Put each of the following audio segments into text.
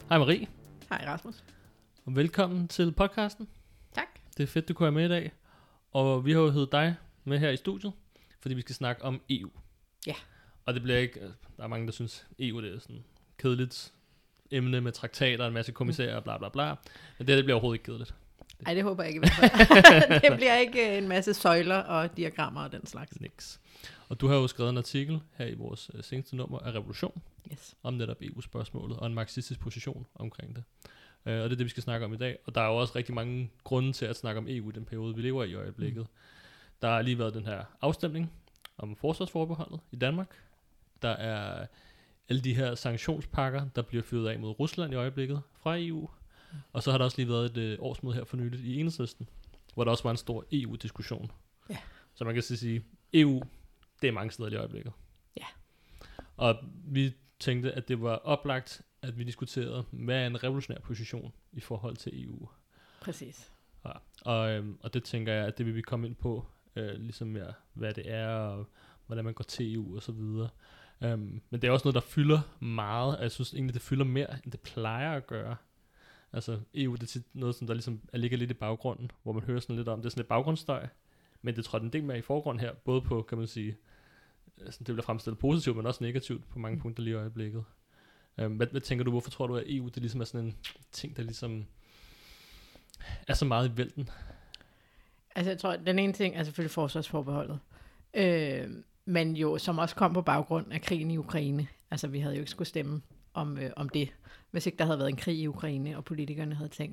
Hej Marie. Hej Rasmus. Og velkommen til podcasten. Tak. Det er fedt, du kunne være med i dag. Og vi har jo heddet dig med her i studiet, fordi vi skal snakke om EU. Ja. Og det bliver ikke, der er mange, der synes, EU det er sådan kedeligt emne med traktater, en masse kommissærer og bla bla bla. Men det bliver overhovedet ikke kedeligt. Nej, det håber jeg ikke i hvert fald. Det bliver ikke en masse søjler og diagrammer og den slags. Niks. Og du har jo skrevet en artikel her i vores seneste nummer af Revolution, Yes. om netop EU-spørgsmålet og en marxistisk position omkring det. Og det er det, vi skal snakke om i dag. Og der er jo også rigtig mange grunde til at snakke om EU i den periode, vi lever i øjeblikket. Der har lige været den her afstemning om forsvarsforbeholdet i Danmark. Der er alle de her sanktionspakker, der bliver fyret af mod Rusland i øjeblikket fra EU. Og så har der også lige været et årsmøde her for nyligt i Enhedslisten, hvor der også var en stor EU-diskussion. Ja. Så man kan sige, EU, det er mange steder i øjeblikket. Ja. Og vi tænkte, at det var oplagt, at vi diskuterede, hvad er en revolutionær position i forhold til EU. Præcis. Ja. Og det tænker jeg, at det vil vi komme ind på, ligesom ja, hvad det er, og hvordan man går til EU og så videre. Men det er også noget, der fylder meget, og jeg synes egentlig, det fylder mere, end det plejer at gøre. Altså EU, det er noget, som der ligesom ligger lidt i baggrunden, hvor man hører sådan lidt om, det er sådan lidt baggrundsstøj, men det tror jeg, den del mere i forgrunden her, både på, kan man sige, sådan, det bliver fremstillet positivt, men også negativt på mange punkter lige i øjeblikket. Hvad tænker du, hvorfor tror du, at EU, det ligesom er sådan en ting, der ligesom er så meget i vælten? Altså jeg tror, den ene ting er selvfølgelig forsvarsforbeholdet, men jo som også kom på baggrund af krigen i Ukraine. Altså vi havde jo ikke skulle stemme om det, hvis ikke der havde været en krig i Ukraine, og politikerne havde tænkt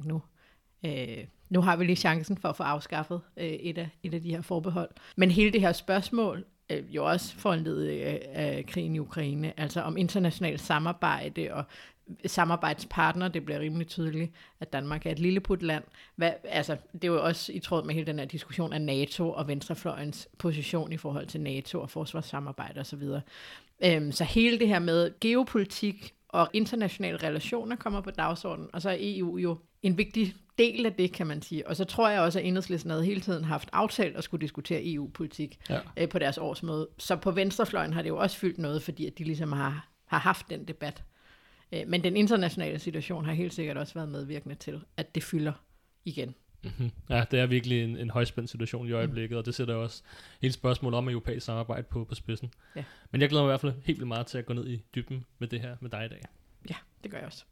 nu har vi lige chancen for at få afskaffet et af de her forbehold. Men hele det her spørgsmål, jo også foranledet af krigen i Ukraine, altså om internationalt samarbejde og samarbejdspartner, det bliver rimelig tydeligt, at Danmark er et lilleputland. Altså, det er jo også i tråd med hele den her diskussion af NATO og venstrefløjens position i forhold til NATO og forsvarssamarbejde osv. Så hele det her med geopolitik og internationale relationer kommer på dagsordenen, og så er EU jo en vigtig del af det, kan man sige. Og så tror jeg også, at Enhedslisten havde hele tiden haft aftalt at skulle diskutere EU-politik på deres årsmøde. Så på venstrefløjen har det jo også fyldt noget, fordi at de ligesom har haft den debat. Men den internationale situation har helt sikkert også været medvirkende til, at det fylder igen. Mm-hmm. Ja, det er virkelig en højspændt situation i øjeblikket, og det sætter også hele spørgsmålet om europæisk samarbejde på spidsen. Ja. Men jeg glæder mig i hvert fald helt vildt meget til at gå ned i dybden med det her med dig i dag. Ja, det gør jeg også.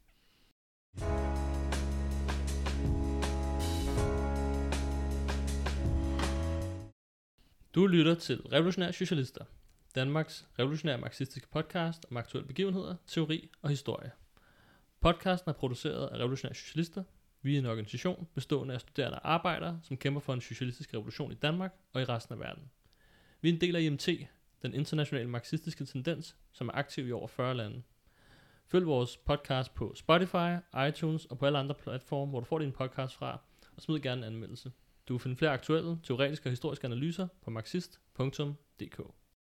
Du lytter til Revolutionære Socialister, Danmarks revolutionære marxistiske podcast om aktuelle begivenheder, teori og historie. Podcasten er produceret af Revolutionære Socialister. Vi er en organisation bestående af studerende og arbejdere, som kæmper for en socialistisk revolution i Danmark og i resten af verden. Vi er en del af IMT, den internationale marxistiske tendens, som er aktiv i over 40 lande. Følg vores podcast på Spotify, iTunes og på alle andre platforme, hvor du får din podcast fra, og smid gerne en anmeldelse. Du vil finde flere aktuelle, teoretiske og historiske analyser på marxist.dk.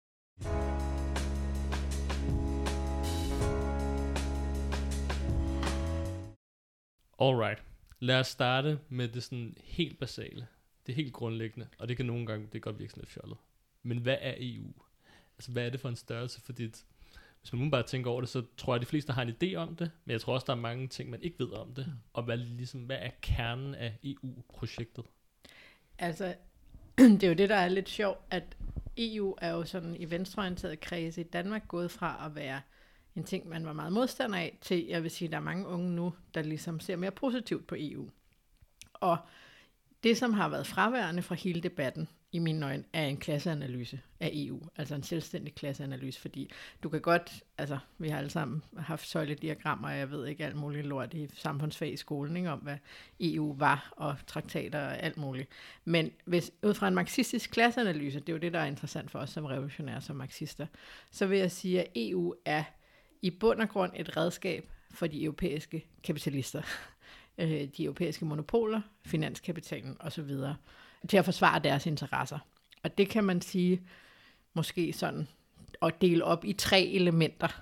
Alright, lad os starte med det sådan helt basale, det helt grundlæggende, og det kan nogle gange, det kan godt virke sådan lidt fjollet. Men hvad er EU? Altså hvad er det for en størrelse? Fordi hvis man bare tænker over det, så tror jeg, at de fleste har en idé om det, men jeg tror også, der er mange ting, man ikke ved om det. Og hvad er kernen af EU-projektet? Altså, det er jo det, der er lidt sjovt, at EU er jo sådan i venstreorienteret kredse i Danmark gået fra at være en ting, man var meget modstander af, til, jeg vil sige, der er mange unge nu, der ligesom ser mere positivt på EU. Og det, som har været fraværende fra hele debatten, i mine øjne, er en klasseanalyse af EU, altså en selvstændig klasseanalyse, fordi du kan godt, altså vi har alle sammen haft søjlediagrammer, og jeg ved ikke alt muligt lort i samfundsfag i skolen, ikke, om hvad EU var, og traktater og alt muligt. Men hvis ud fra en marxistisk klasseanalyse, det er jo det, der er interessant for os som revolutionære, som marxister, så vil jeg sige, at EU er i bund og grund et redskab for de europæiske kapitalister, de europæiske monopoler, finanskapitalen osv., til at forsvare deres interesser. Og det kan man sige, måske sådan, at dele op i 3 elementer,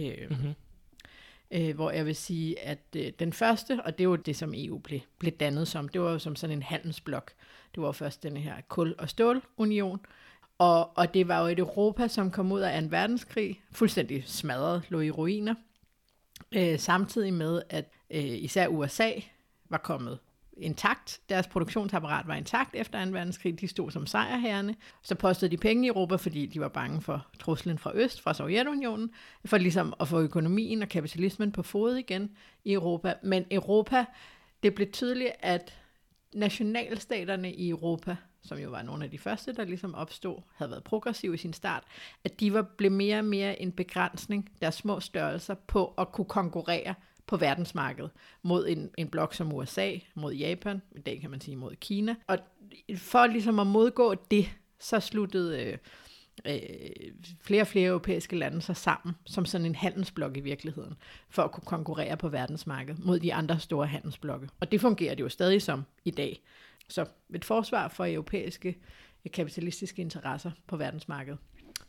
hvor jeg vil sige, at den første, og det er jo det, som EU blev dannet som, det var jo som sådan en handelsblok. Det var jo først den her kul- og stålunion, og det var jo et Europa, som kom ud af 2. verdenskrig, fuldstændig smadret, lå i ruiner, samtidig med, at især USA var kommet intakt. Deres produktionsapparat var intakt efter 2. verdenskrig. De stod som sejrherrerne. Så postede de penge i Europa, fordi de var bange for truslen fra øst, fra Sovjetunionen, for ligesom at få økonomien og kapitalismen på fod igen i Europa. Men Europa, det blev tydeligt, at nationalstaterne i Europa, som jo var nogle af de første, der ligesom opstod, havde været progressive i sin start, at de blev mere og mere en begrænsning, deres små størrelser, på at kunne konkurrere på verdensmarkedet mod en blok som USA, mod Japan, i dag kan man sige mod Kina. Og for ligesom at modgå det, så sluttede flere og flere europæiske lande sig sammen som sådan en handelsblok i virkeligheden, for at kunne konkurrere på verdensmarkedet mod de andre store handelsblokke. Og det fungerer det jo stadig som i dag. Så et forsvar for europæiske kapitalistiske interesser på verdensmarkedet.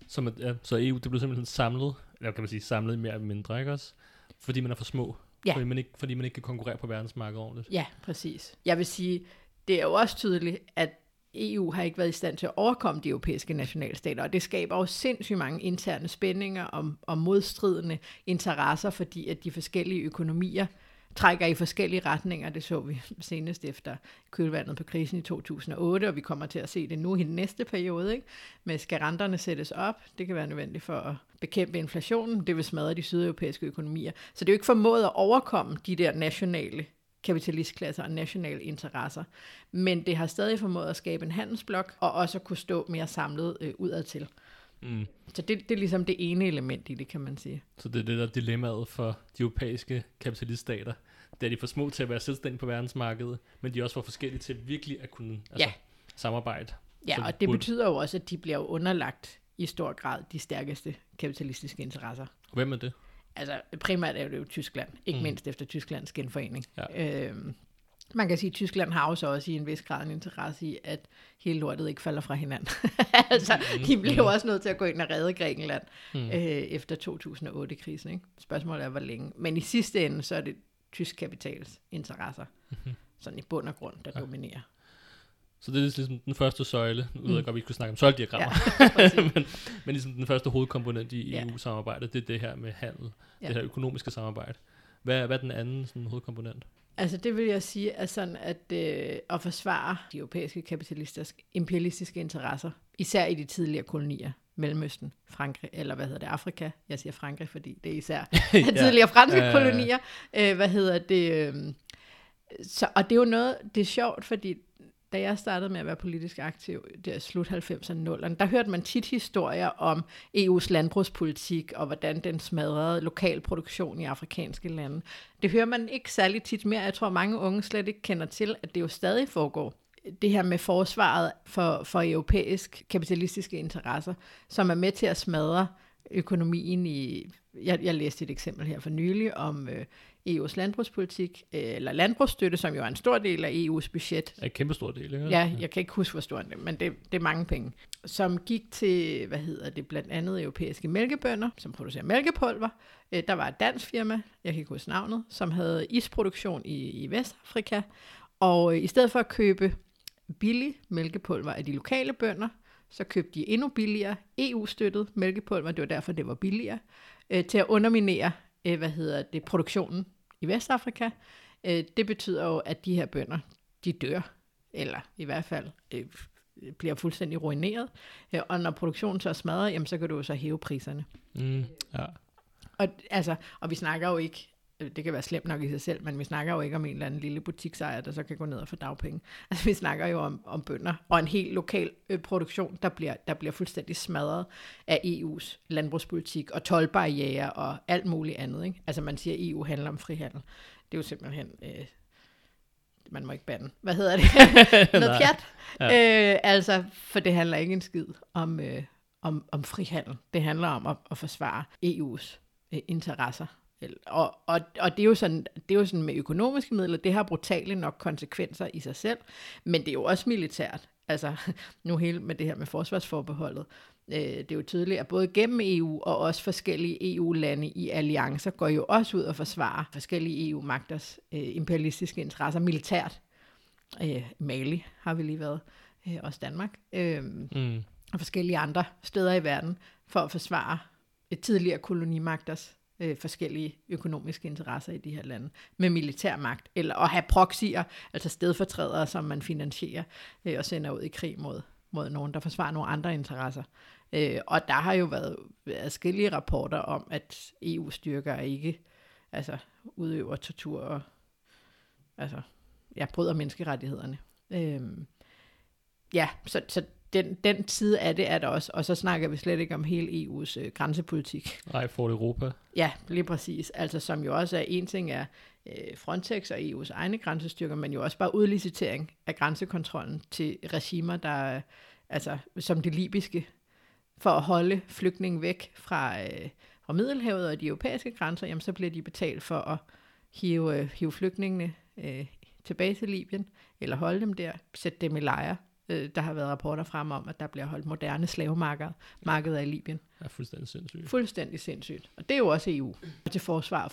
Så EU, det blev simpelthen samlet, eller kan man sige samlet mere eller mindre, ikke også? Fordi man er for små. Ja. Fordi man ikke kan konkurrere på verdensmarkedet ordentligt. Ja, præcis. Jeg vil sige, det er jo også tydeligt, at EU har ikke været i stand til at overkomme de europæiske nationalstater, og det skaber jo sindssygt mange interne spændinger og modstridende interesser, fordi at de forskellige økonomier trækker i forskellige retninger. Det så vi senest efter kølvandet på krisen i 2008, og vi kommer til at se det nu i den næste periode, ikke? Men skal renterne sættes op, det kan være nødvendigt for at bekæmpe inflationen, det vil smadre de sydeuropæiske økonomier. Så det er jo ikke formået at overkomme de der nationale kapitalistklasser og nationale interesser, men det har stadig formået at skabe en handelsblok, og også at kunne stå mere samlet udadtil. Mm. Så det er ligesom det ene element i det, kan man sige. Så det er det der dilemmaet for de europæiske kapitaliststater. Det er de for små til at være selvstændige på verdensmarkedet, men de er også for forskellige til virkelig at kunne samarbejde. Ja, og det betyder jo også, at de bliver underlagt i stor grad de stærkeste kapitalistiske interesser. Hvem er det? Altså primært er det jo Tyskland, ikke mindst efter Tysklands genforening. Ja. Man kan sige, at Tyskland har også i en vis grad en interesse i, at hele lortet ikke falder fra hinanden. Altså, de blev også nødt til at gå ind og redde Grækenland efter 2008-krisen. Ikke? Spørgsmålet er, hvor længe. Men i sidste ende, så er det tysk kapitals interesser, sådan i bund og grund, der dominerer. Så det er ligesom den første søjle. Nu ved jeg godt, vi skulle snakke om søjlediagrammer. Ja, men ligesom den første hovedkomponent i EU-samarbejdet, det er det her med handel, det her økonomiske samarbejde. Hvad er den anden sådan, hovedkomponent? Altså det vil jeg sige er sådan, at forsvare de europæiske kapitalisters imperialistiske interesser, især i de tidligere kolonier, Mellemøsten, Frankrig, eller Afrika. Jeg siger Frankrig, fordi det er især tidligere franske kolonier. Så, og det er jo noget, det er sjovt, fordi da jeg startede med at være politisk aktiv, det er slut 90'erne, der hørte man tit historier om EU's landbrugspolitik, og hvordan den smadrede lokal produktion i afrikanske lande. Det hører man ikke særlig tit mere. Jeg tror, mange unge slet ikke kender til, at det jo stadig foregår. Det her med forsvaret for europæisk kapitalistiske interesser, som er med til at smadre økonomien i... Jeg læste et eksempel her for nylig om EU's landbrugspolitik, eller landbrugsstøtte, som jo er en stor del af EU's budget. En kæmpe stor del, ikke? Ja, jeg kan ikke huske, hvor stor det er, men det er mange penge. Som gik til, blandt andet europæiske mælkebønder, som producerer mælkepulver. Der var et dansk firma, jeg kan ikke huske navnet, som havde isproduktion i Vestafrika, og i stedet for at købe billig mælkepulver af de lokale bønder, så købte de endnu billigere EU-støttet mælkepulver, det var derfor, det var billigere, til at underminere produktionen i Vestafrika. Det betyder jo, at de her bønder, de dør, eller i hvert fald bliver fuldstændig ruineret. Og når produktionen så er smadret, jamen, så kan du jo så hæve priserne. Ja. Og vi snakker jo ikke, det kan være slemt nok i sig selv, men vi snakker jo ikke om en eller anden lille butiksejer, der så kan gå ned og få dagpenge. Altså vi snakker jo om bønder og en helt lokal produktion, der bliver fuldstændig smadret af EU's landbrugspolitik og toldbarrierer og alt muligt andet. Ikke? Altså man siger, at EU handler om frihandel. Det er jo simpelthen... man må ikke bande. Hvad hedder det? Noget pjat. Ja. For det handler ikke en skid om frihandel. Det handler om at forsvare EU's interesser. Og det er jo sådan med økonomiske midler, det har brutale nok konsekvenser i sig selv, men det er jo også militært. Altså nu hele med det her med forsvarsforbeholdet, det er jo tydeligt, at både gennem EU og også forskellige EU-lande i alliancer går jo også ud og forsvarer forskellige EU-magters imperialistiske interesser militært. Mali har vi lige været, også Danmark, og forskellige andre steder i verden for at forsvare tidligere kolonimagters forskellige økonomiske interesser i de her lande, med militærmagt, eller at have proxyer, altså stedfortrædere, som man finansierer og sender ud i krig mod nogen, der forsvarer nogle andre interesser. Og der har jo været adskillige rapporter om, at EU-styrker ikke udøver tortur og bryder menneskerettighederne. Så den side af det er der også, og så snakker vi slet ikke om hele EU's grænsepolitik. Nej, for Europa. Ja, lige præcis. Altså som jo også er, en ting er Frontex og EU's egne grænsestyrker, men jo også bare udlicitering af grænsekontrollen til regimer, der som det libyske, for at holde flygtninge væk fra Middelhavet og de europæiske grænser, jamen så bliver de betalt for at hive flygtningene tilbage til Libyen, eller holde dem der, sætte dem i lejre. Der har været rapporter frem om, at der bliver holdt moderne slavemarkeder i Libyen. Ja, fuldstændig sindssygt. Fuldstændig sindssygt. Og det er jo også EU, til forsvar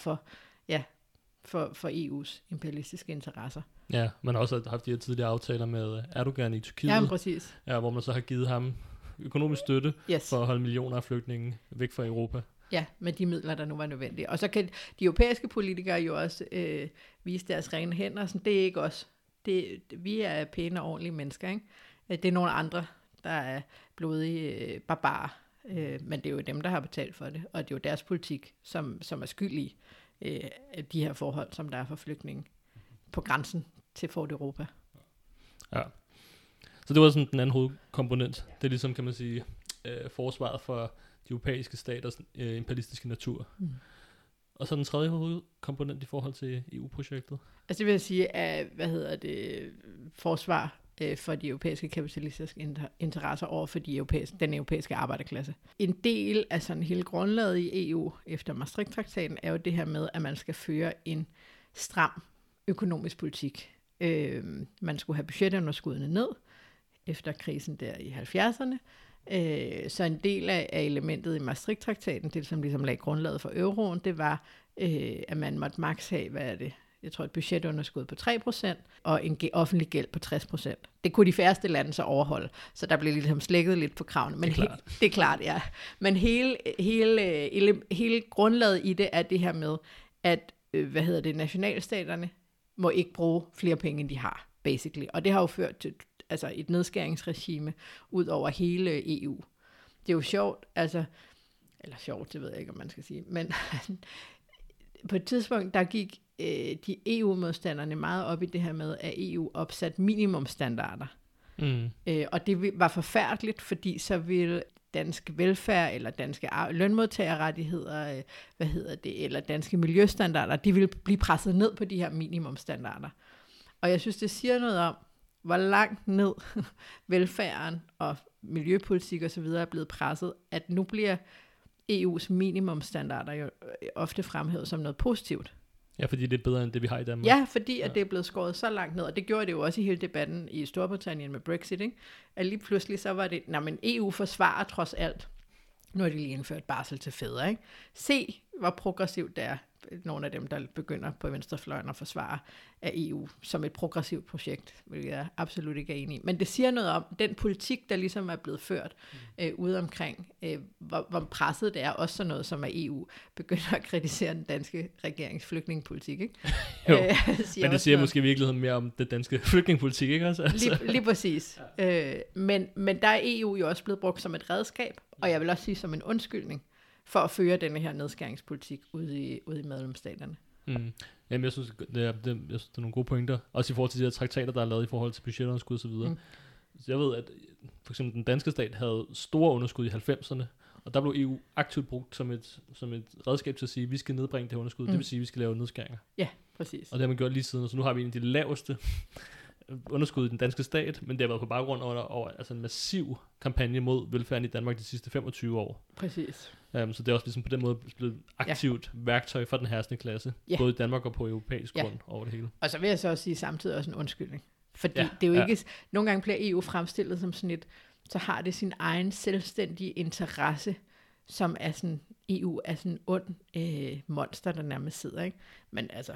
for EU's imperialistiske interesser. Ja, man har også haft de her tidligere aftaler med Erdogan i Tyrkiet. Ja, præcis. Ja, hvor man så har givet ham økonomisk støtte for at holde millioner af flygtninge væk fra Europa. Ja, med de midler, der nu var nødvendige. Og så kan de europæiske politikere jo også vise deres rene hænder. Sådan, det er ikke os. Vi er pæne og ordentlige mennesker, ikke? Det er nogle andre, der er blodige barbarer. Men det er jo dem, der har betalt for det. Og det er jo deres politik, som er skyld i de her forhold, som der er for flygtninge på grænsen til Fort Europa. Ja. Så det var sådan den anden hovedkomponent. Det er ligesom, kan man sige, forsvaret for de europæiske staters imperialistiske natur. Mm. Og så den tredje hovedkomponent i forhold til EU-projektet. Altså det vil jeg sige, at forsvar for de europæiske kapitalistiske interesser over for den europæiske arbejderklasse. En del af sådan hele grundlaget i EU efter Maastricht-traktaten er jo det her med, at man skal føre en stram økonomisk politik. Man skulle have budgetunderskuddene ned efter krisen der i 70'erne. Så en del af elementet i Maastricht-traktaten, det som ligesom lagde grundlaget for euroen, det var, at man måtte maks have, jeg tror et budgetunderskud på 3%, og en offentlig gæld på 60%. Det kunne de færreste lande så overholde, så der blev ligesom slækket lidt på kravene. Men det er klart, ja. Men hele grundlaget i det er det her med, at nationalstaterne må ikke bruge flere penge, end de har, basically. Og det har jo ført til et nedskæringsregime ud over hele EU. Det er jo sjovt, eller sjovt, det ved jeg ikke, om man skal sige, men på et tidspunkt, der gik de EU-modstanderne meget op i det her med, at EU opsat minimumstandarder. Mm. Og det var forfærdeligt, fordi så ville dansk velfærd, eller danske lønmodtagerrettigheder, eller danske miljøstandarder, de ville blive presset ned på de her minimumstandarder. Og jeg synes, det siger noget om, hvor langt ned velfærden og miljøpolitik og så videre er blevet presset, at nu bliver EU's minimumstandarder jo ofte fremhævet som noget positivt. Ja, fordi det er bedre end det, vi har i Danmark. Ja, fordi at det er blevet skåret så langt ned, og det gjorde det jo også i hele debatten i Storbritannien med Brexit, ikke? At lige pludselig så var det, men EU forsvarer trods alt. Nu har de lige indført barsel til fædre, ikke? Se, hvor progressivt det er. Nogle af dem, der begynder på venstrefløjen at forsvare af EU som et progressivt projekt, hvilket jeg absolut ikke er enig i. Men det siger noget om den politik, der ligesom er blevet ført ude omkring, hvor presset det er, også sådan noget som at EU begynder at kritisere den danske regerings flygtningepolitik, ikke? Jo, men det siger måske i virkeligheden mere om det danske flygtningepolitik, ikke også? Lige præcis. Ja. Men der er EU jo også blevet brugt som et redskab, og jeg vil også sige som en undskyldning, for at føre denne her nedskæringspolitik ude i medlemsstaterne. Mm. Jamen, jeg synes, det er nogle gode pointer. Også i forhold til de her traktater, der er lavet i forhold til budgetunderskud og så videre. Så jeg ved, at for eksempel den danske stat havde store underskud i 90'erne, og der blev EU aktivt brugt som et redskab til at sige, at vi skal nedbringe det her underskud. Det vil sige, at vi skal lave nedskæringer. Ja, præcis. Og det har man gjort lige siden, så nu har vi en af de laveste underskud i den danske stat, men det har været på baggrund over en massiv kampagne mod velfærden i Danmark de sidste 25 år. Præcis. Så det er også ligesom på den måde blevet aktivt værktøj for den herskende klasse, både i Danmark og på europæisk grund over det hele. Og så vil jeg så også sige samtidig også en undskyldning. Fordi det er jo ikke, nogle gange bliver EU fremstillet som sådan et, så har det sin egen selvstændige interesse, som er sådan, EU er sådan en ond monster, der nærmest sidder, ikke? Men altså,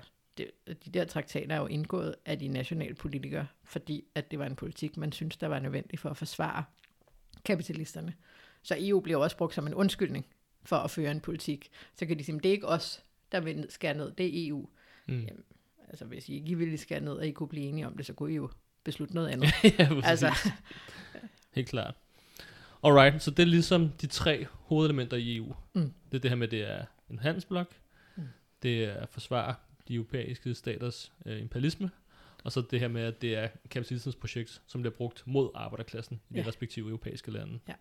de der traktater er jo indgået af de nationale politikere, fordi at det var en politik, man synes, der var nødvendig for at forsvare kapitalisterne. Så EU bliver også brugt som en undskyldning for at føre en politik. Så kan de sige, det er ikke os, der vil skære ned, det er EU. Jamen, altså hvis I ikke ville skære ned, og I kunne blive enige om det, så kunne I jo beslutte noget andet. Ja, altså. Helt klart. Alright, så det er ligesom de 3 hovedelementer i EU. Det er det her med, at det er en handelsblok, det er at forsvare de europæiske staters imperialisme, og så det her med, at det er kapitalismens projekt, som bliver brugt mod arbejderklassen i de respektive europæiske lande. Ja.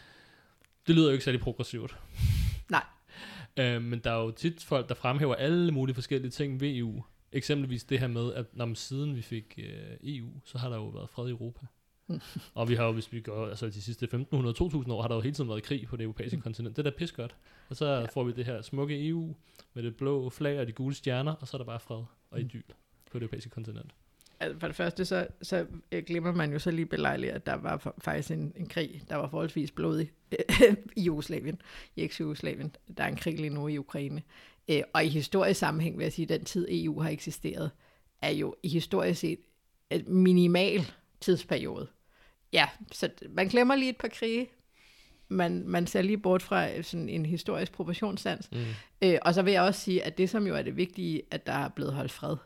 Det lyder jo ikke særlig progressivt. Nej. Men der er jo tit folk, der fremhæver alle mulige forskellige ting ved EU. Eksempelvis det her med, at når siden vi fik EU, så har der jo været fred i Europa. Og vi har jo, hvis vi går, altså de sidste 1500-2000 år, har der jo hele tiden været krig på det europæiske kontinent. Det er da pis godt. Og så får vi det her smukke EU med det blå flag og de gule stjerner, og så er der bare fred og idyl på det europæiske kontinent. Altså for det første, så glemmer man jo så lige belejligt, at der var faktisk en krig, der var forholdsvis blodig i Jugoslavien, i eks-Jugoslavien. Der er en krig lige nu i Ukraine. Og i historisk sammenhæng, vil jeg sige, at den tid EU har eksisteret, er jo i historisk set et minimal tidsperiode. Ja, så man glemmer lige et par krige. Man ser lige bort fra sådan en historisk proportionssans. Og så vil jeg også sige, at det som jo er det vigtige, at der er blevet holdt fred,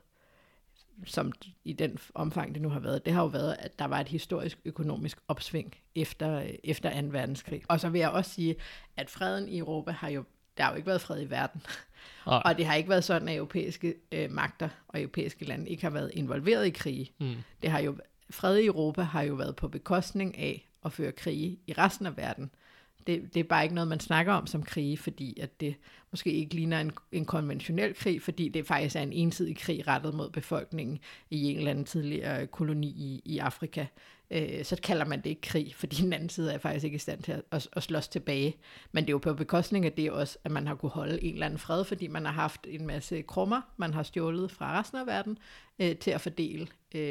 som i den omfang det nu har været, det har jo været, at der var et historisk økonomisk opsving efter 2. verdenskrig. Og så vil jeg også sige, at freden i Europa der har jo ikke været fred i verden. Og det har ikke været sådan, at europæiske magter og europæiske lande ikke har været involveret i krige. Det har jo, fred i Europa har jo været på bekostning af at føre krige i resten af verden. Det er bare ikke noget, man snakker om som krige, fordi at det måske ikke ligner en konventionel krig, fordi det faktisk er en ensidig krig rettet mod befolkningen i en eller anden tidligere koloni i Afrika. Så kalder man det ikke krig, fordi den anden side er faktisk ikke i stand til at slås tilbage. Men det er jo på bekostning af det også, at man har kunne holde en eller anden fred, fordi man har haft en masse krummer, man har stjålet fra resten af verden, til at fordele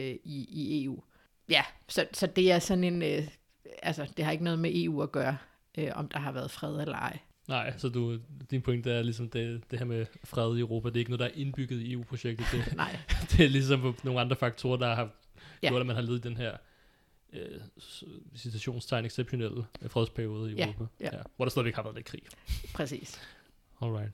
i EU. Ja, så det er sådan en... altså, det har ikke noget med EU at gøre, om der har været fred eller ej. Nej, så din pointe er ligesom det her med fred i Europa, det er ikke noget, der er indbygget i EU-projektet. Nej. Det er ligesom nogle andre faktorer, der har gjort, at man har ledet den her citationstegn exceptionelle fredsperiode i Europa. Ja. Hvor der slet ikke har været lidt krig. Præcis. Alright.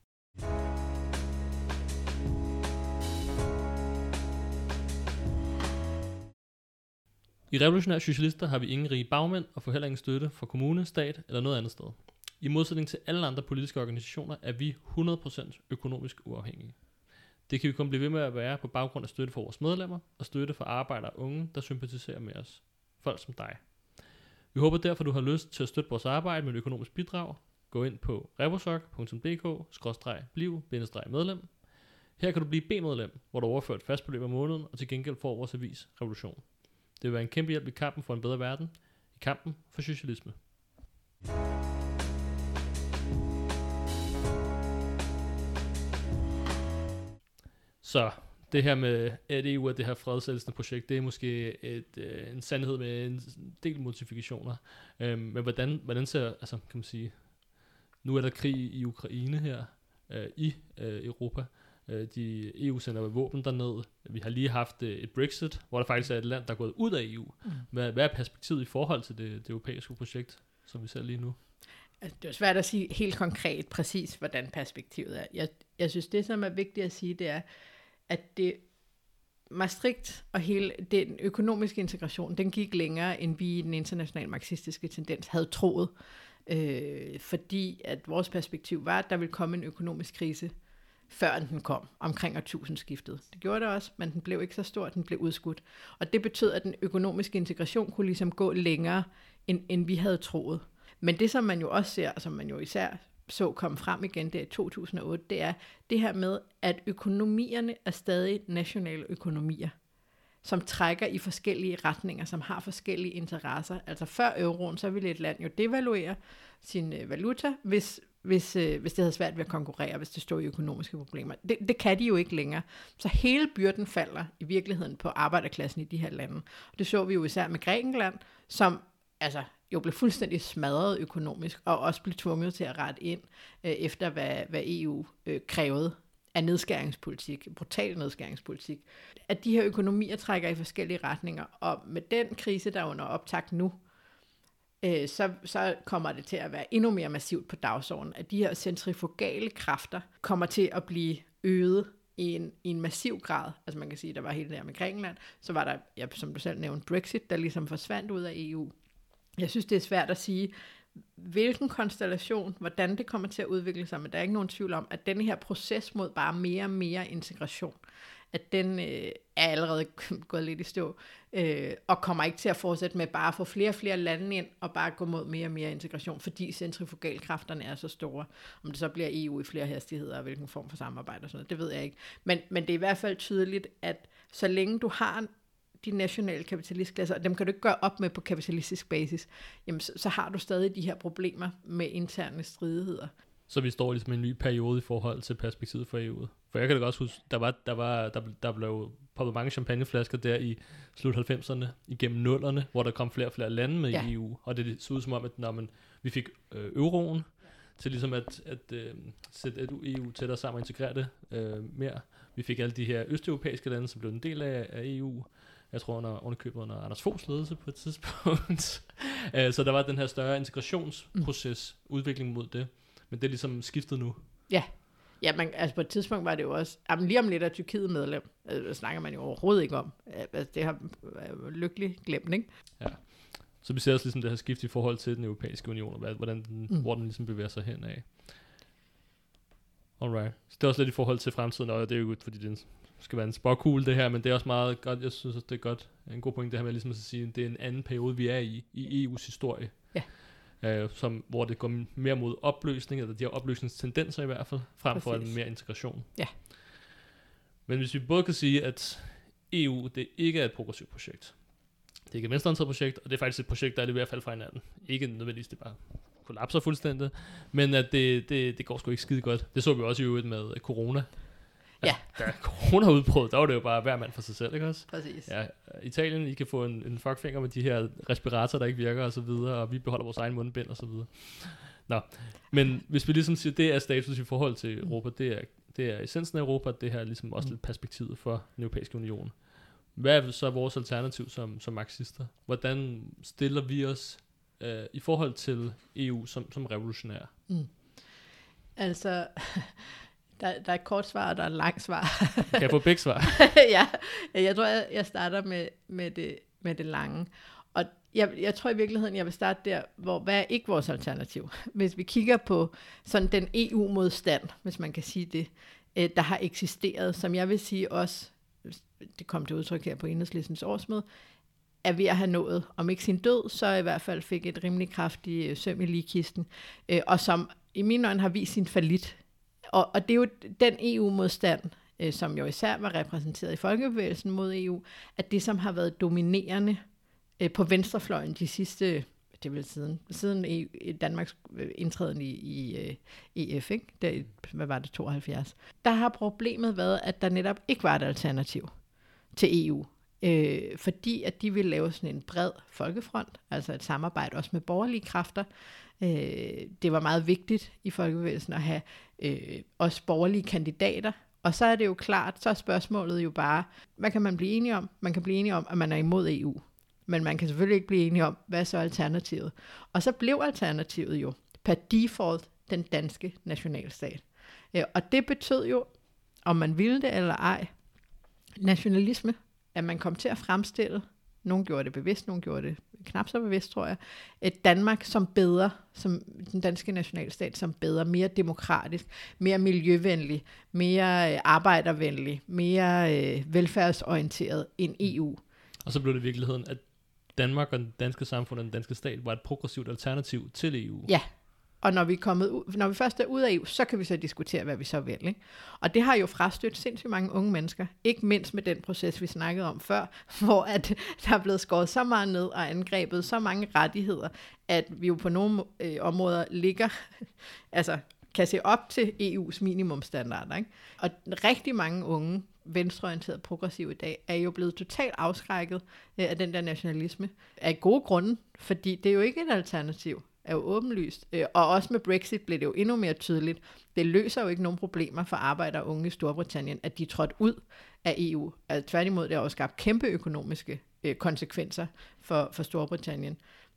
I Revolutionære Socialister har vi ingen rige bagmænd og får heller ingen støtte fra kommune, stat eller noget andet sted. I modsætning til alle andre politiske organisationer er vi 100% økonomisk uafhængige. Det kan vi kun blive ved med at være på baggrund af støtte fra vores medlemmer og støtte fra arbejdere og unge, der sympatiserer med os. Folk som dig. Vi håber derfor, du har lyst til at støtte vores arbejde med et økonomisk bidrag. Gå ind på revosok.dk/bliv-medlem. Her kan du blive B-medlem, hvor du overfører et fast beløb om måneden og til gengæld får vores avis Revolution. Det vil være en kæmpe hjælp i kampen for en bedre verden, i kampen for socialisme. Så det her med, at EU er det her fredselskende projekt, det er måske en sandhed med en del modifikationer. Men hvordan ser, altså kan man sige, nu er der krig i Ukraine her, i Europa. De EU sender våben derned. Vi har lige haft et Brexit, hvor der faktisk er et land, der er gået ud af EU. Hvad er perspektivet i forhold til det europæiske projekt, som vi ser lige nu? Altså, det er svært at sige helt konkret præcis, hvordan perspektivet er. Jeg synes, det som er vigtigt at sige, det er, at det Maastricht og hele den økonomiske integration, den gik længere, end vi i den internationale marxistiske tendens havde troet. Fordi at vores perspektiv var, at der ville komme en økonomisk krise, før den kom, omkring årtusindskiftet. Det gjorde det også, men den blev ikke så stor, den blev udskudt. Og det betød, at den økonomiske integration kunne ligesom gå længere, end vi havde troet. Men det, som man jo også ser, og som man jo især så komme frem igen der i 2008, det er det her med, at økonomierne er stadig nationale økonomier, som trækker i forskellige retninger, som har forskellige interesser. Altså før euroen, så ville et land jo devaluere sin valuta, hvis det havde svært ved at konkurrere, hvis det stod i økonomiske problemer. Det kan de jo ikke længere. Så hele byrden falder i virkeligheden på arbejderklassen i de her lande. Og det så vi jo især med Grækenland, som altså jo blev fuldstændig smadret økonomisk, og også blev tvunget til at rette ind efter, hvad EU krævede af nedskæringspolitik, brutal nedskæringspolitik. At de her økonomier trækker i forskellige retninger, og med den krise, der er under optakt nu, så kommer det til at være endnu mere massivt på dagsordenen, at de her centrifugale kræfter kommer til at blive øget i en massiv grad. Altså man kan sige, der var hele det der med Grækenland, så var der, ja, som du selv nævnte, Brexit, der ligesom forsvandt ud af EU. Jeg synes, det er svært at sige, hvilken konstellation, hvordan det kommer til at udvikle sig, men der er ikke nogen tvivl om, at denne her proces mod bare mere og mere integration, at den er allerede gået lidt i stå, og kommer ikke til at fortsætte med bare at få flere og flere lande ind, og bare gå mod mere og mere integration, fordi centrifugalkræfterne er så store. Om det så bliver EU i flere hastigheder, og hvilken form for samarbejde og sådan noget, det ved jeg ikke. Men det er i hvert fald tydeligt, at så længe du har de nationale kapitalistklasser, og dem kan du ikke gøre op med på kapitalistisk basis, jamen så har du stadig de her problemer med interne stridigheder. Så vi står ligesom i en ny periode i forhold til perspektivet for EU. For jeg kan da godt huske, der blev poppet mange champagneflasker der i slut 90'erne, igennem 0'erne, hvor der kom flere og flere lande med i EU. Og det så ud som om, at vi fik euroen til ligesom at sætte EU tættere sammen og integrere det mere. Vi fik alle de her østeuropæiske lande, som blev en del af EU. Jeg tror underkøbet under Anders Foghs ledelse på et tidspunkt. Så der var den her større integrationsproces, udvikling mod det. Men det er ligesom skiftet nu. Ja, men altså på et tidspunkt var det jo også, lige om lidt er Tyrkiet medlem. Det snakker man jo overhovedet ikke om. Altså det har lykkeligt glemt, ikke? Ja. Så vi ser også ligesom det her skift i forhold til den europæiske union, og hvor den ligesom bevæger sig hen af. Alright. Så det er også lidt i forhold til fremtiden, og det er jo godt, fordi det skal være en spåkugle det her, men det er også meget godt, jeg synes også, det er godt, en god point det her med ligesom at sige, at det er en anden periode, vi er i EU's historie. Ja. Hvor det går mere mod opløsning, eller de her opløsningstendenser i hvert fald, frem for en mere integration. Ja. Men hvis vi både kan sige, at EU, det ikke er et progressivt projekt, det er ikke et venstreorienteret projekt, og det er faktisk et projekt, der er det i hvert fald fra hinanden. Ikke nødvendigvis, det bare kollapser fuldstændig, men at det går sgu ikke skide godt. Det så vi også i øvrigt med corona. Altså, da corona udbrød, der var det jo bare hver mand for sig selv, ikke også? Præcis. Ja, Italien, I kan få en fuckfinger med de her respiratorer, der ikke virker og så videre, og vi beholder vores egen mundbind og så videre. Nå, men hvis vi ligesom siger, det er status i forhold til Europa, det er essensen af Europa, det her er ligesom også lidt perspektivet for den europæiske union. Hvad er så vores alternativ som marxister? Hvordan stiller vi os i forhold til EU som revolutionær? Altså, der er et kort svar, og der er et langt svar. Kan jeg få begge svar? Ja, jeg tror, jeg starter med det lange. Og jeg tror i virkeligheden, jeg vil starte der, hvad er ikke vores alternativ? Hvis vi kigger på sådan den EU-modstand, hvis man kan sige det, der har eksisteret, som jeg vil sige også, det kom til udtryk her på Enhedslistens årsmøde, er ved at have nået, om ikke sin død, så i hvert fald fik et rimelig kraftigt søm i ligkisten, og som i mine øjne har vist sin fallit. Og det er jo den EU-modstand, som jo især var repræsenteret i folkebevægelsen mod EU, at det, som har været dominerende på venstrefløjen de sidste, det vil siden Danmarks indtræden i EF, ikke? Der, hvad var det, 72? Der har problemet været, at der netop ikke var et alternativ til EU. Fordi at de ville lave sådan en bred folkefront, altså et samarbejde også med borgerlige kræfter. Det var meget vigtigt i folkebevægelsen at have også borgerlige kandidater. Og så er det jo klart, så er spørgsmålet jo bare, hvad kan man blive enige om? Man kan blive enige om, at man er imod EU. Men man kan selvfølgelig ikke blive enige om, hvad er så alternativet? Og så blev alternativet jo per default den danske nationalstat. Og det betød jo, om man ville det eller ej, nationalisme, at man kom til at fremstille, nogle gjorde det bevidst, nogle gjorde det knap så bevidst, tror jeg, et Danmark som bedre, som den danske nationalstat som bedre, mere demokratisk, mere miljøvenlig, mere arbejdervenlig, mere velfærdsorienteret end EU. Og så blev det i virkeligheden, at Danmark og den danske samfund og den danske stat var et progressivt alternativ til EU. Ja, og når vi først er ude af EU, så kan vi så diskutere, hvad vi så vil. Ikke? Og det har jo frastødt sindssygt mange unge mennesker, ikke mindst med den proces, vi snakkede om før, hvor at der er blevet skåret så meget ned og angrebet så mange rettigheder, at vi jo på nogle områder kan se op til EU's minimumstandarder. Ikke? Og rigtig mange unge venstreorienterede progressive i dag, er jo blevet totalt afskrækket af den der nationalisme. Af gode grunde, fordi det er jo ikke et alternativ, er jo åbenlyst. Og også med Brexit blev det jo endnu mere tydeligt. Det løser jo ikke nogen problemer for arbejdere og unge i Storbritannien, at de er trådt ud af EU. Altså, tværtimod, det har jo skabt kæmpe økonomiske konsekvenser for Storbritannien.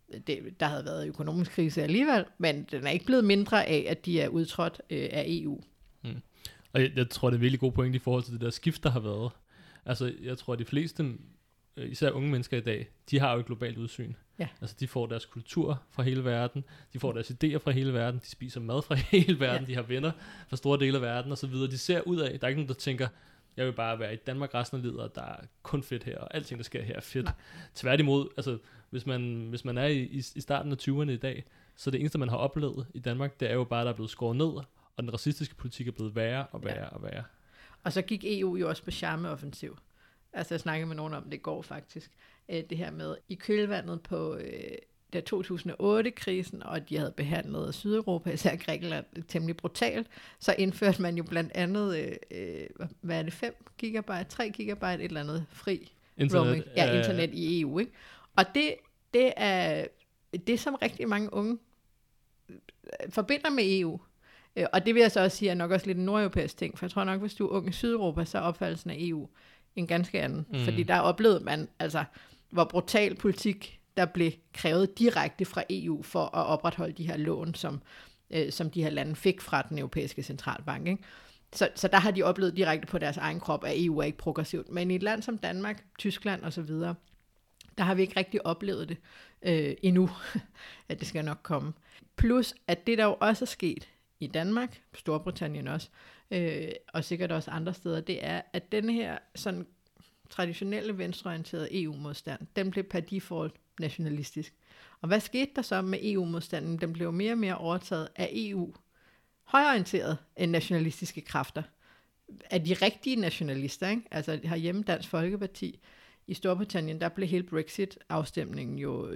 der havde været økonomisk krise alligevel, men den er ikke blevet mindre af, at de er udtrådt af EU. Og jeg tror, det er virkelig god point i forhold til det der skift, der har været. Altså, jeg tror, at de fleste, især unge mennesker i dag, de har jo et globalt udsyn. Ja. Altså, de får deres kultur fra hele verden, de får deres idéer fra hele verden, de spiser mad fra hele verden, de har venner fra store dele af verden osv. De ser ud af, der er ikke nogen, der tænker, jeg vil bare være i Danmark resten af livet, og der er kun fedt her, og alting, der sker her, er fedt. Nej. Tværtimod, altså, hvis man er i starten af 20'erne i dag, så det eneste, man har oplevet i Danmark, det er jo bare, der er blevet skåret ned, og den racistiske politik er blevet værre og værre og værre. Og så gik EU jo også på charmeoffensiv. Altså jeg snakkede med nogen om det i går faktisk. Det her med i kølvandet på der 2008-krisen, og de havde behandlet Sydeuropa, især Grækenland, temmelig brutalt, så indførte man jo blandt andet, hvad er det, 5 gigabyte, 3 gigabyte, et eller andet fri roaming. Ja, internet i EU. Ikke? Og det er det, som rigtig mange unge forbinder med EU. Og det vil jeg så også sige, er nok også lidt en nordeuropæisk ting, for jeg tror nok, hvis du er ung i Sydeuropa, så er opfattelsen af EU en ganske anden. Fordi der oplevede man, altså, hvor brutal politik, der blev krævet direkte fra EU for at opretholde de her lån, som de her lande fik fra den europæiske centralbank. Ikke? Så der har de oplevet direkte på deres egen krop, at EU er ikke progressivt. Men i et land som Danmark, Tyskland osv., der har vi ikke rigtig oplevet det endnu, at det skal nok komme. Plus, at det der jo også er sket i Danmark, Storbritannien også, og sikkert også andre steder, det er, at den her sådan traditionelle venstreorienterede EU-modstand, den blev per default nationalistisk. Og hvad skete der så med EU-modstanden? Den blev mere og mere overtaget af EU, højorienterede nationalistiske kræfter, af de rigtige nationalister, ikke? Altså herhjemme Dansk Folkeparti. I Storbritannien, der blev hele Brexit-afstemningen jo,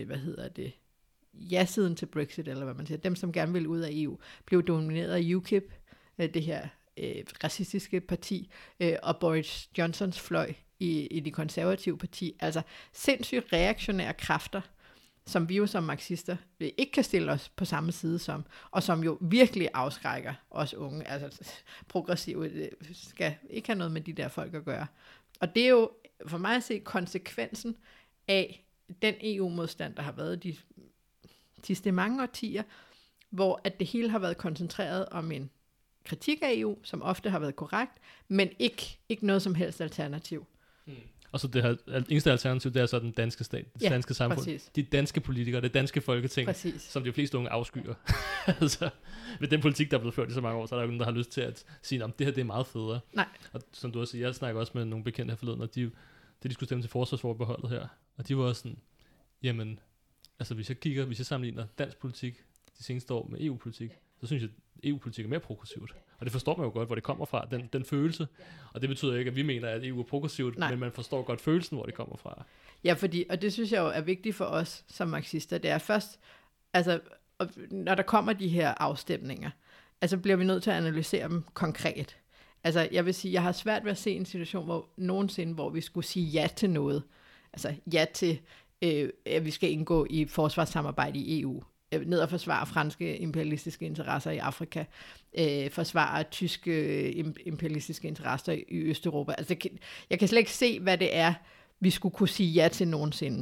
ja-siden til Brexit, eller hvad man siger, dem som gerne ville ud af EU, blev domineret af UKIP, det her racistiske parti, og Boris Johnsons fløj i det konservative parti. Altså sindssygt reaktionære kræfter, som vi jo som marxister ikke kan stille os på samme side som, og som jo virkelig afskrækker os unge. Altså progressive skal ikke have noget med de der folk at gøre. Og det er jo for mig at se konsekvensen af den EU-modstand, der har været de sidste mange årtier, hvor at det hele har været koncentreret om en kritik af EU, som ofte har været korrekt, men ikke noget som helst alternativ. Og så det her eneste alternativ, det er så den danske stat, det danske samfund. Præcis. De danske politikere, det danske folketing, præcis, som de fleste unge afskyer. Altså, ved den politik, der er blevet ført i så mange år, så er der jo nogen, der har lyst til at sige, at det her det er meget federe. Nej. Og som du også siger, jeg snakker også med nogle bekendte her forleden, og de skulle stemme til forsvarsforbeholdet her, og de var også sådan, jamen, altså hvis jeg sammenligner dansk politik de seneste år med EU-politik, så synes jeg, at EU-politik er mere progressivt. Og det forstår man jo godt, hvor det kommer fra, den følelse. Og det betyder ikke, at vi mener, at EU er progressivt, nej, men man forstår godt følelsen, hvor det kommer fra. Ja, og det synes jeg jo er vigtigt for os som marxister. Det er først, altså, når der kommer de her afstemninger, altså bliver vi nødt til at analysere dem konkret. Altså, jeg vil sige, jeg har svært ved at se en situation, hvor vi skulle sige ja til noget. Altså, ja til, at vi skal indgå i forsvarssamarbejde i EU. Ned og forsvare franske imperialistiske interesser i Afrika, forsvare tyske imperialistiske interesser i Østeuropa. Altså, jeg kan slet ikke se, hvad det er, vi skulle kunne sige ja til nogensinde.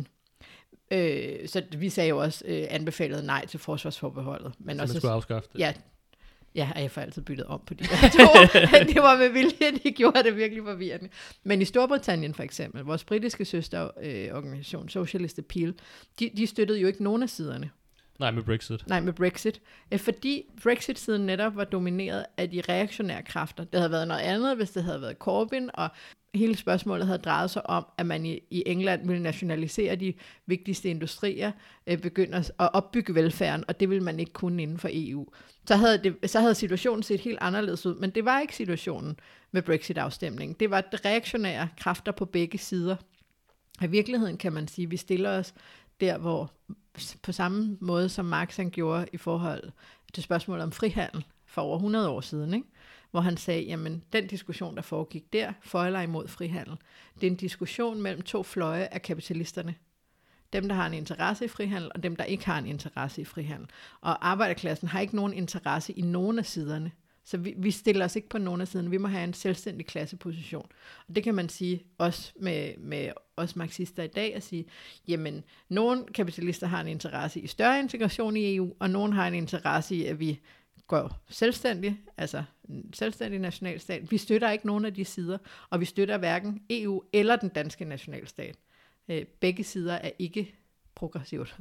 Så vi sagde jo også anbefalet nej til forsvarsforbeholdet. Men så også, man skulle afskaffe det? Ja, jeg får altid byttet om på de der to. Det var med vilje, de gjorde det virkelig forvirrende. Men i Storbritannien for eksempel, vores britiske søsterorganisation, Socialist Appeal, de støttede jo ikke nogen af siderne. Nej, med Brexit. Fordi Brexit-siden netop var domineret af de reaktionære kræfter. Det havde været noget andet, hvis det havde været Corbyn, og hele spørgsmålet havde drejet sig om, at man i England ville nationalisere de vigtigste industrier, begynde at opbygge velfærden, og det ville man ikke kunne inden for EU. Så havde situationen set helt anderledes ud, men det var ikke situationen med Brexit-afstemningen. Det var reaktionære kræfter på begge sider. I virkeligheden kan man sige, at vi stiller os der, hvor på samme måde som Marx han gjorde i forhold til spørgsmålet om frihandel for over 100 år siden, ikke? Hvor han sagde, jamen den diskussion, der foregik der, for eller imod frihandel, det er en diskussion mellem to fløje af kapitalisterne. Dem, der har en interesse i frihandel, og dem, der ikke har en interesse i frihandel. Og arbejderklassen har ikke nogen interesse i nogen af siderne. Så vi stiller os ikke på nogen af siden. Vi må have en selvstændig klasseposition. Og det kan man sige også med os marxister i dag, at sige, jamen, nogle kapitalister har en interesse i større integration i EU, og nogle har en interesse i, at vi går selvstændig, altså en selvstændig nationalstat. Vi støtter ikke nogen af de sider, og vi støtter hverken EU eller den danske nationalstat. Begge sider er ikke progressivt.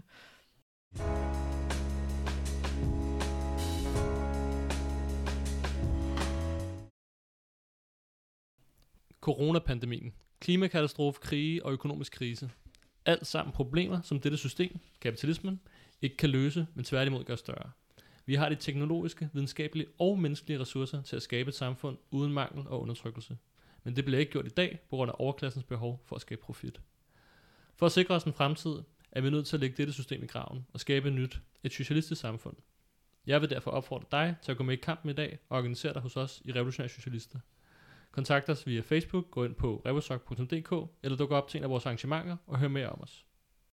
Coronapandemien, klimakatastrofe, krige og økonomisk krise. Alt sammen problemer, som dette system, kapitalismen, ikke kan løse, men tværtimod gør større. Vi har de teknologiske, videnskabelige og menneskelige ressourcer til at skabe et samfund uden mangel og undertrykkelse. Men det bliver ikke gjort i dag på grund af overklassens behov for at skabe profit. For at sikre os en fremtid, er vi nødt til at lægge dette system i graven og skabe et nyt, et socialistisk samfund. Jeg vil derfor opfordre dig til at gå med i kampen i dag og organisere dig hos os i Revolutionære Socialister. Kontakt os via Facebook, gå ind på revosoc.dk eller duk op til en af vores arrangementer og hør mere om os.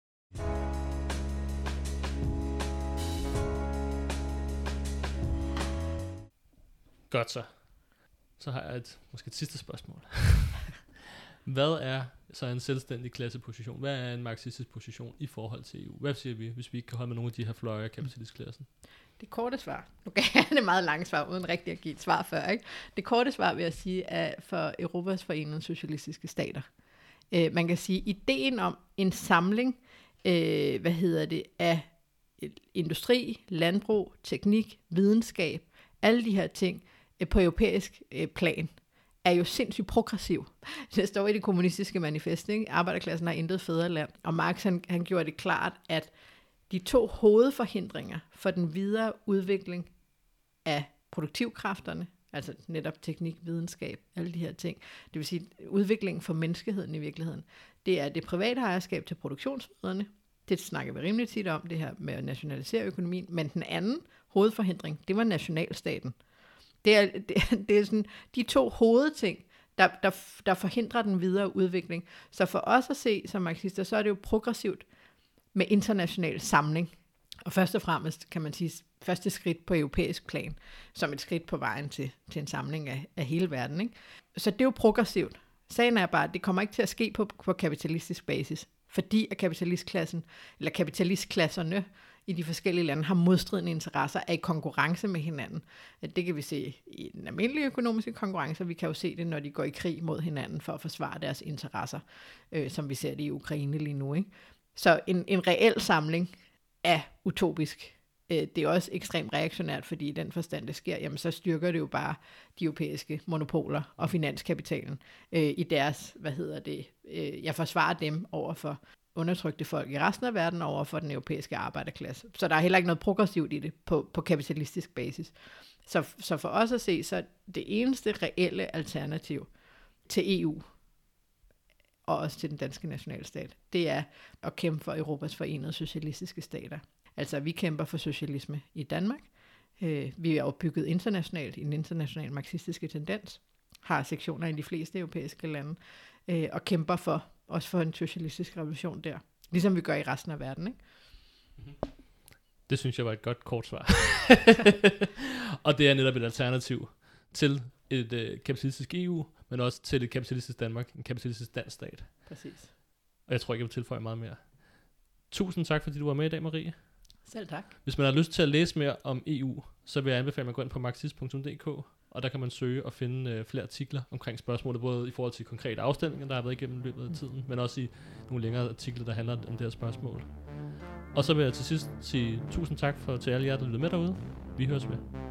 Godt så. Så har jeg måske et sidste spørgsmål. Hvad er så en selvstændig klasseposition? Hvad er en marxistisk position i forhold til EU? Hvad siger vi, hvis vi ikke kan holde med nogle af de her fløje af kapitalistklassen? Det korte svar, nu kan jeg det meget lange svar, uden rigtig at give et svar før, ikke? Det korte svar vil jeg sige er for Europas Forenede Socialistiske Stater. Man kan sige, ideen om en samling af industri, landbrug, teknik, videnskab, alle de her ting på europæisk plan, er jo sindssygt progressiv. Det står i det kommunistiske manifest, ikke? Arbejderklassen har intet fædreland, og Marx han gjorde det klart, at de 2 hovedforhindringer for den videre udvikling af produktivkræfterne, altså netop teknik, videnskab, alle de her ting, det vil sige udviklingen for menneskeheden i virkeligheden, det er det private ejerskab til produktionsmidlerne. Det snakker vi rimelig tit om, det her med at nationalisere økonomien, men den anden hovedforhindring, det var nationalstaten. Det er sådan de 2 hovedting, der forhindrer den videre udvikling. Så for os at se som marxister, så er det jo progressivt med international samling. Og først og fremmest kan man sige, første skridt på europæisk plan, som et skridt på vejen til en samling af hele verden. Ikke? Så det er jo progressivt. Sagen er bare, at det kommer ikke til at ske på kapitalistisk basis, fordi at kapitalistklassen, eller kapitalistklasserne i de forskellige lande har modstridende interesser, er i konkurrence med hinanden. Det kan vi se i den almindelige økonomiske konkurrence, vi kan jo se det, når de går i krig mod hinanden for at forsvare deres interesser, som vi ser det i Ukraine lige nu. Ikke? Så en reel samling er utopisk. Det er også ekstremt reaktionært, fordi i den forstand, det sker, jamen så styrker det jo bare de europæiske monopoler og finanskapitalen i deres, jeg forsvarer dem over for undertrykte folk i resten af verden over for den europæiske arbejderklasse. Så der er heller ikke noget progressivt i det på kapitalistisk basis. Så for os at se, så det eneste reelle alternativ til EU, og også til den danske nationalstat, det er at kæmpe for Europas Forenede Socialistiske Stater. Altså, vi kæmper for socialisme i Danmark. Vi er opbygget internationalt i en international marxistiske tendens, har sektioner i de fleste europæiske lande, og kæmper også for en socialistisk revolution der. Ligesom vi gør i resten af verden, ikke? Det synes jeg var et godt kort svar. Og det er netop et alternativ til et kapitalistisk EU, men også til et kapitalistisk Danmark, en kapitalistisk dansk stat. Præcis. Og jeg tror ikke, jeg vil tilføje meget mere. Tusind tak, fordi du var med i dag, Marie. Selv tak. Hvis man har lyst til at læse mere om EU, så vil jeg anbefale, at man går ind på marxist.dk, og der kan man søge og finde flere artikler omkring spørgsmålet, både i forhold til konkrete afstemninger, der har været igennem løbet af tiden, men også i nogle længere artikler, der handler om det her spørgsmål. Og så vil jeg til sidst sige tusind tak til alle jer, der lyttede med derude. Vi høres med.